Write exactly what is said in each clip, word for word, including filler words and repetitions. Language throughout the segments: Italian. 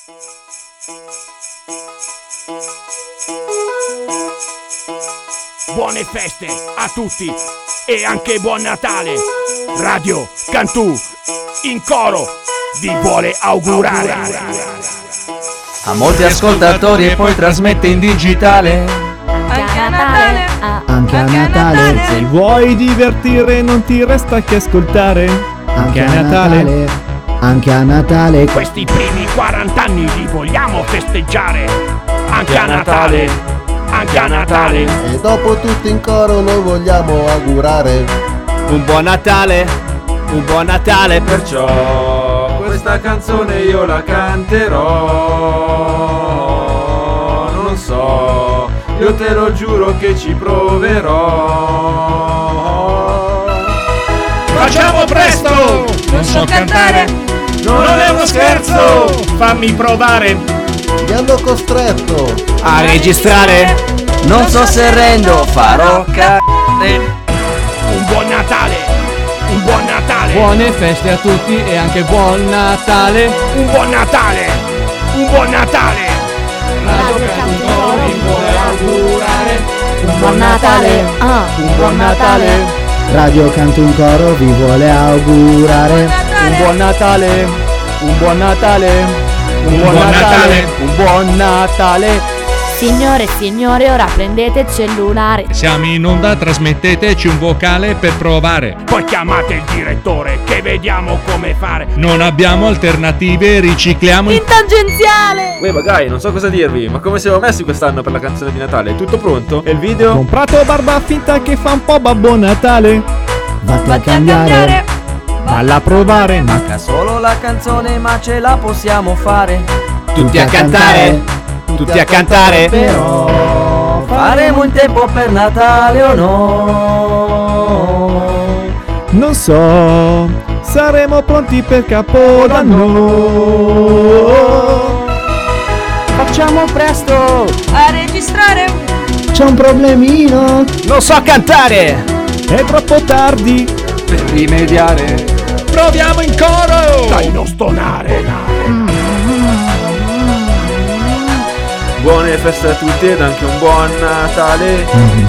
Buone feste a tutti e anche buon Natale. Radio Cantù in coro vi vuole augurare. A molti ascoltatori e poi trasmette in digitale. Anche a Natale, Anche a Natale, Se vuoi divertire non ti resta che ascoltare. anche a Natale, anche a Natale, Questi primi quaranta anni li vogliamo festeggiare. Anche a Natale, anche a Natale. E dopo tutti in coro noi vogliamo augurare Un buon Natale, un buon Natale, perciò questa canzone io la canterò. Non so, io te lo giuro che ci proverò. Facciamo presto! non so cantare, Non è uno scherzo! Fammi provare! Mi hanno costretto A registrare, non so se rendo, farò c***e. Un buon Natale, un buon Natale. Buone feste a tutti e anche buon Natale! Un buon Natale, un buon Natale. Radio Cantù vi vuole augurare un buon Natale, ah, un buon Natale! Radio Cantù in coro vi vuole augurare Un buon Natale! Un buon Natale! Un buon Natale! Un buon Natale! Signore e signore, ora prendete il cellulare. Siamo in onda, trasmetteteci un vocale per provare. Poi chiamate il direttore che vediamo come fare. Non abbiamo alternative, ricicliamo in... In tangenziale! Uè magari, non so cosa dirvi, ma come siamo messi quest'anno per la canzone di Natale? Tutto pronto? E il video? Comprato barba finta che fa un po' Babbo Natale. Vatti a Vatti a cambiare, cambiare, Valla a provare, ma Manca solo la canzone ma ce la possiamo fare. tutti a cantare, tutti a cantare. però Faremo in tempo per Natale o no? non so, saremo pronti per Capodanno. Facciamo presto! a registrare, c'è un problemino, Non so cantare! È troppo tardi. Per rimediare. Proviamo in coro. Dai, non stonare. Buone feste a tutti ed anche un buon Natale.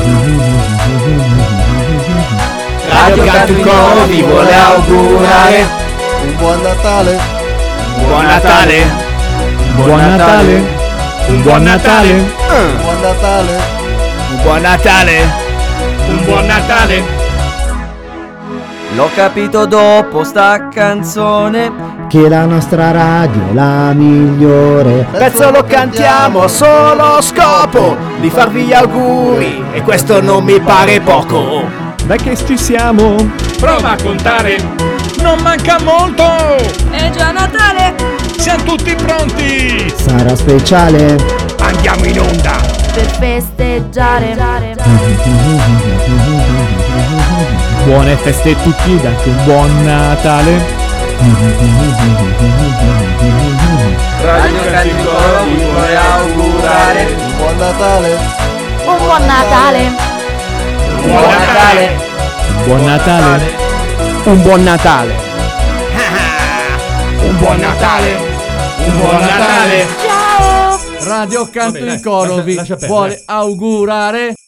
Radio Cantù in coro vi vuole augurare un buon Natale. un buon Natale. Buon Natale. Un buon Natale. Un buon Natale. Un buon Natale. Un buon Natale. L'ho capito dopo sta canzone. che la nostra radio è la migliore. Pezzo lo cantiamo a solo scopo di farvi gli auguri e questo non mi pare poco. Dai che ci siamo. Prova a contare. Non manca molto. è già Natale, Siamo tutti pronti. Sarà speciale, Andiamo in onda. per festeggiare. Buone feste a tutti ed anche un buon Natale. Radio Cantù in coro vi vuole augurare Un buon Natale. Un buon Natale, buon Natale. Buon Natale. Un buon Natale. Un buon Natale. Un buon Natale. ciao! Radio Canto Vabbè, dai, in coro lascia- vi lascia perdere, vuole dai. augurare